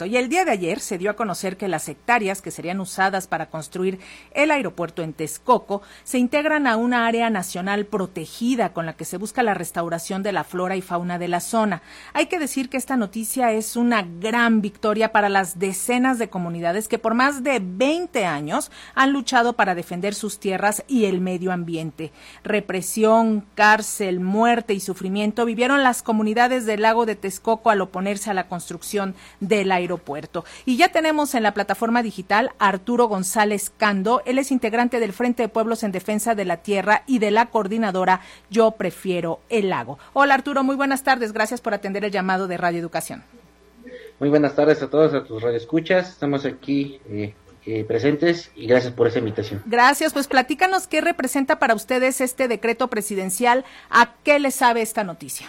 Y el día de ayer se dio a conocer que las hectáreas que serían usadas para construir el aeropuerto en Texcoco se integran a una área nacional protegida con la que se busca la restauración de la flora y fauna de la zona. Hay que decir que esta noticia es una gran victoria para las decenas de comunidades que por más de 20 años han luchado para defender sus tierras y el medio ambiente. Represión, cárcel, muerte y sufrimiento vivieron las comunidades del lago de Texcoco al oponerse a la construcción del aeropuerto. Y ya tenemos en la plataforma digital a Arturo González Cando. Él es integrante del Frente de Pueblos en Defensa de la Tierra y de la coordinadora Yo Prefiero el Lago. Hola Arturo, muy buenas tardes. Gracias por atender el llamado de Radio Educación. Muy buenas tardes a todos, a tus radioescuchas. Estamos aquí presentes y gracias por esa invitación. Gracias, pues platícanos qué representa para ustedes este decreto presidencial. ¿A qué les sabe esta noticia?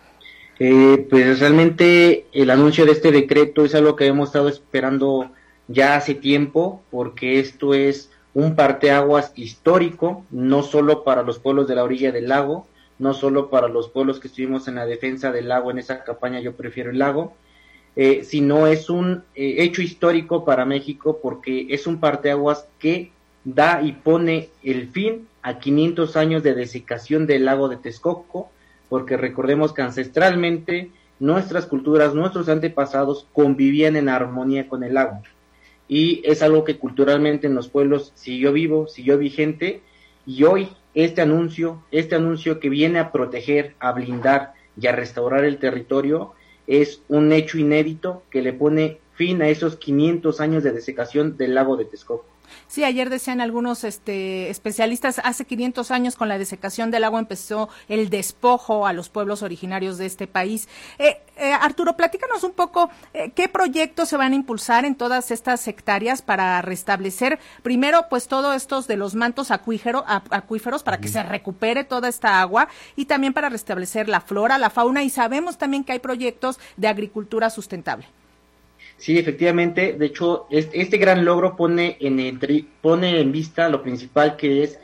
Pues realmente el anuncio de este decreto es algo que hemos estado esperando ya hace tiempo, porque esto es un parteaguas histórico, no solo para los pueblos de la orilla del lago, no solo para los pueblos que estuvimos en la defensa del lago en esa campaña Yo Prefiero el Lago, sino es un hecho histórico para México, porque es un parteaguas que da y pone el fin a 500 años de desecación del lago de Texcoco, porque recordemos que ancestralmente nuestras culturas, nuestros antepasados convivían en armonía con el lago, y es algo que culturalmente en los pueblos siguió vivo, siguió vigente, y hoy este anuncio que viene a proteger, a blindar y a restaurar el territorio, es un hecho inédito que le pone fin a esos 500 años de desecación del lago de Texcoco. Sí, ayer decían algunos especialistas, hace 500 años con la desecación del lago empezó el despojo a los pueblos originarios de este país. Arturo, platícanos un poco qué proyectos se van a impulsar en todas estas hectáreas para restablecer, primero, pues todos estos de los mantos acuíferos para que se recupere toda esta agua y también para restablecer la flora, la fauna, y sabemos también que hay proyectos de agricultura sustentable. Sí, efectivamente, de hecho, este gran logro pone en vista lo principal, que es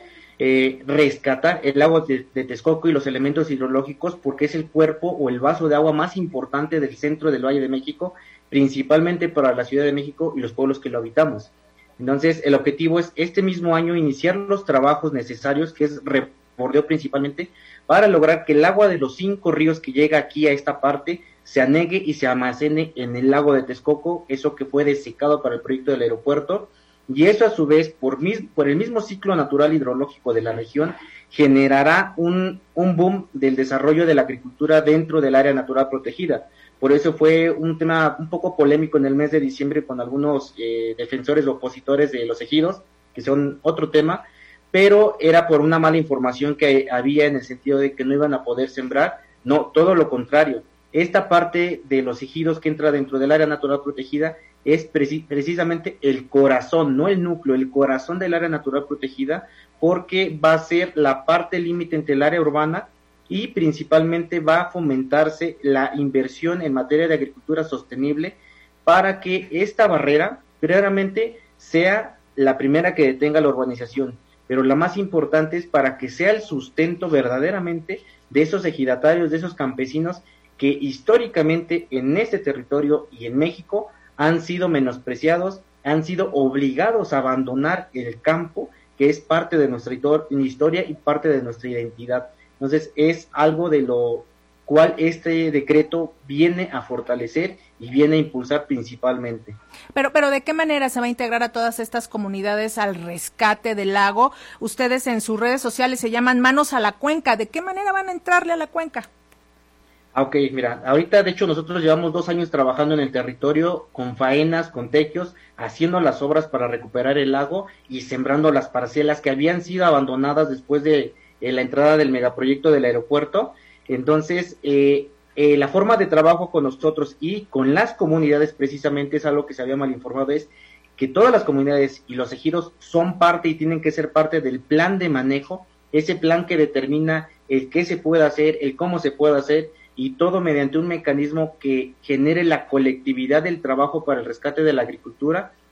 rescatar el lago de Texcoco y los elementos hidrológicos, porque es el cuerpo o el vaso de agua más importante del centro del Valle de México, principalmente para la Ciudad de México y los pueblos que lo habitamos. Entonces, el objetivo es este mismo año iniciar los trabajos necesarios, que es rebordeo principalmente, para lograr que el agua de los 5 ríos que llega aquí a esta parte se anegue y se almacene en el lago de Texcoco, eso que fue desecado para el proyecto del aeropuerto, y eso a su vez, por el mismo ciclo natural hidrológico de la región, generará un boom del desarrollo de la agricultura dentro del área natural protegida. Por eso fue un tema un poco polémico en el mes de diciembre con algunos defensores opositores de los ejidos, que son otro tema, pero era por una mala información que había en el sentido de que no iban a poder sembrar. No, todo lo contrario. Esta parte de los ejidos que entra dentro del área natural protegida es precisamente el corazón, no el núcleo, el corazón del área natural protegida, porque va a ser la parte límite entre el área urbana y principalmente va a fomentarse la inversión en materia de agricultura sostenible para que esta barrera primeramente sea la primera que detenga la urbanización, pero la más importante es para que sea el sustento verdaderamente de esos ejidatarios, de esos campesinos que históricamente en este territorio y en México han sido menospreciados, han sido obligados a abandonar el campo, que es parte de nuestra historia y parte de nuestra identidad. Entonces es algo de lo cual este decreto viene a fortalecer y viene a impulsar principalmente. Pero ¿de qué manera se va a integrar a todas estas comunidades al rescate del lago? Ustedes en sus redes sociales se llaman Manos a la Cuenca. ¿De qué manera van a entrarle a la cuenca? Ok, mira, ahorita de hecho nosotros llevamos 2 años trabajando en el territorio con faenas, con tequios, haciendo las obras para recuperar el lago y sembrando las parcelas que habían sido abandonadas después de la entrada del megaproyecto del aeropuerto. Entonces, la forma de trabajo con nosotros y con las comunidades, precisamente es algo que se había mal informado, es que todas las comunidades y los ejidos son parte y tienen que ser parte del plan de manejo, ese plan que determina el qué se puede hacer, el cómo se puede hacer, y todo mediante un mecanismo que genere la colectividad del trabajo para el rescate de la agricultura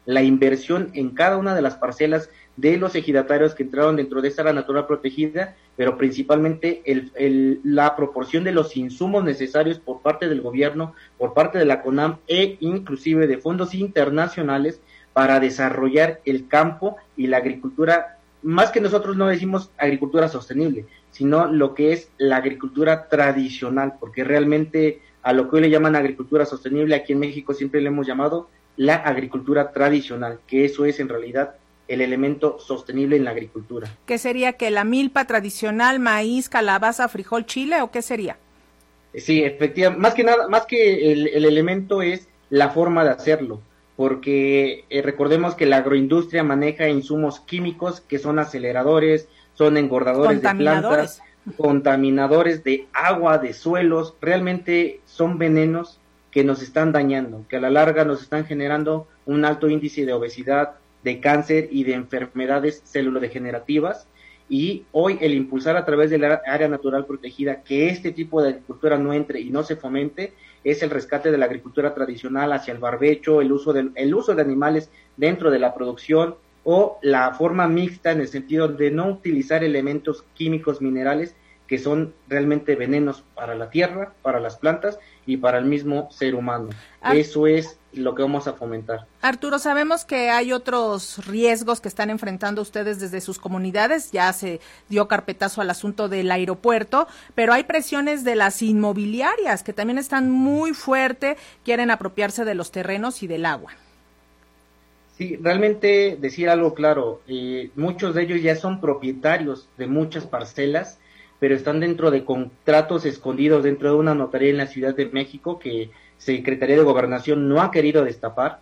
la inversión en cada una de las parcelas de los ejidatarios que entraron dentro de esta área natural protegida, pero principalmente la proporción de los insumos necesarios por parte del gobierno, por parte de la CONAM e inclusive de fondos internacionales para desarrollar el campo y la agricultura. Más que nosotros no decimos agricultura sostenible, sino lo que es la agricultura tradicional, porque realmente a lo que hoy le llaman agricultura sostenible, aquí en México siempre le hemos llamado la agricultura tradicional, que eso es en realidad el elemento sostenible en la agricultura. ¿Qué sería? ¿Que la milpa tradicional, maíz, calabaza, frijol, chile o qué sería? Sí, efectivamente, más que nada, más que el elemento es la forma de hacerlo, porque recordemos que la agroindustria maneja insumos químicos que son aceleradores, son engordadores de plantas, contaminadores de agua, de suelos, realmente son venenos que nos están dañando, que a la larga nos están generando un alto índice de obesidad, de cáncer y de enfermedades celulodegenerativas, y hoy el impulsar a través de la área natural protegida que este tipo de agricultura no entre y no se fomente, es el rescate de la agricultura tradicional hacia el barbecho, el uso de animales dentro de la producción, o la forma mixta en el sentido de no utilizar elementos químicos minerales que son realmente venenos para la tierra, para las plantas y para el mismo ser humano. Eso es lo que vamos a fomentar. Arturo, sabemos que hay otros riesgos que están enfrentando ustedes desde sus comunidades, ya se dio carpetazo al asunto del aeropuerto, pero hay presiones de las inmobiliarias que también están muy fuerte, quieren apropiarse de los terrenos y del agua. Sí, realmente decir algo claro, muchos de ellos ya son propietarios de muchas parcelas, pero están dentro de contratos escondidos dentro de una notaría en la Ciudad de México que Secretaría de Gobernación no ha querido destapar,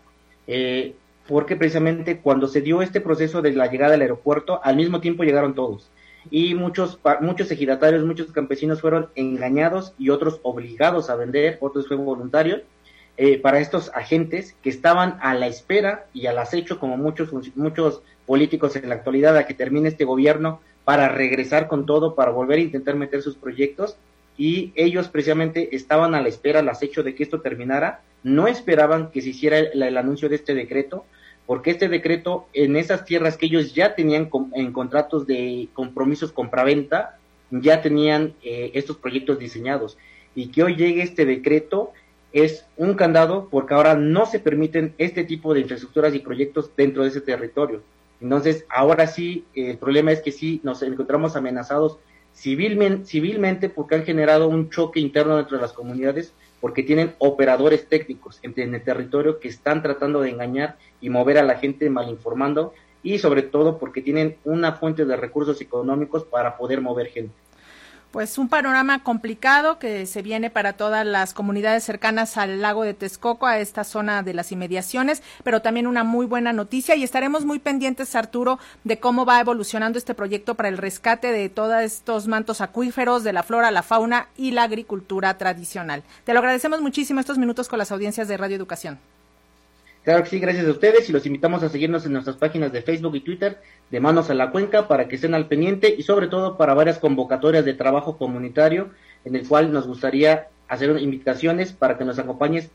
porque precisamente cuando se dio este proceso de la llegada al aeropuerto, al mismo tiempo llegaron todos, y muchos ejidatarios, muchos campesinos fueron engañados y otros obligados a vender, otros fueron voluntarios, para estos agentes que estaban a la espera y al acecho, como muchos políticos en la actualidad, a que termine este gobierno para regresar con todo, para volver a intentar meter sus proyectos, y ellos precisamente estaban a la espera, al acecho de que esto terminara, no esperaban que se hiciera el anuncio de este decreto, porque este decreto en esas tierras que ellos ya tenían en contratos de compromisos compraventa, ya tenían estos proyectos diseñados, y que hoy llegue este decreto es un candado, porque ahora no se permiten este tipo de infraestructuras y proyectos dentro de ese territorio. Entonces, ahora sí, el problema es que sí nos encontramos amenazados civilmente porque han generado un choque interno dentro de las comunidades, porque tienen operadores técnicos en el territorio que están tratando de engañar y mover a la gente malinformando, y sobre todo porque tienen una fuente de recursos económicos para poder mover gente. Pues un panorama complicado que se viene para todas las comunidades cercanas al lago de Texcoco, a esta zona de las inmediaciones, pero también una muy buena noticia, y estaremos muy pendientes, Arturo, de cómo va evolucionando este proyecto para el rescate de todos estos mantos acuíferos, de la flora, la fauna y la agricultura tradicional. Te lo agradecemos muchísimo estos minutos con las audiencias de Radio Educación. Claro que sí, gracias a ustedes, y los invitamos a seguirnos en nuestras páginas de Facebook y Twitter de Manos a la Cuenca para que estén al pendiente, y sobre todo para varias convocatorias de trabajo comunitario en el cual nos gustaría hacer invitaciones para que nos acompañes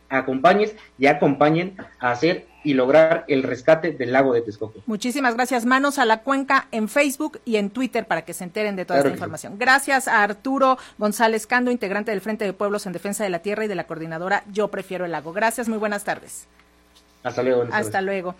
y acompañen a hacer y lograr el rescate del lago de Texcoco. Muchísimas gracias. Manos a la Cuenca en Facebook y en Twitter para que se enteren de toda esta información. Sí. Gracias a Arturo González Cando, integrante del Frente de Pueblos en Defensa de la Tierra y de la coordinadora Yo Prefiero el Lago. Gracias, muy buenas tardes. Hasta luego. Hasta luego.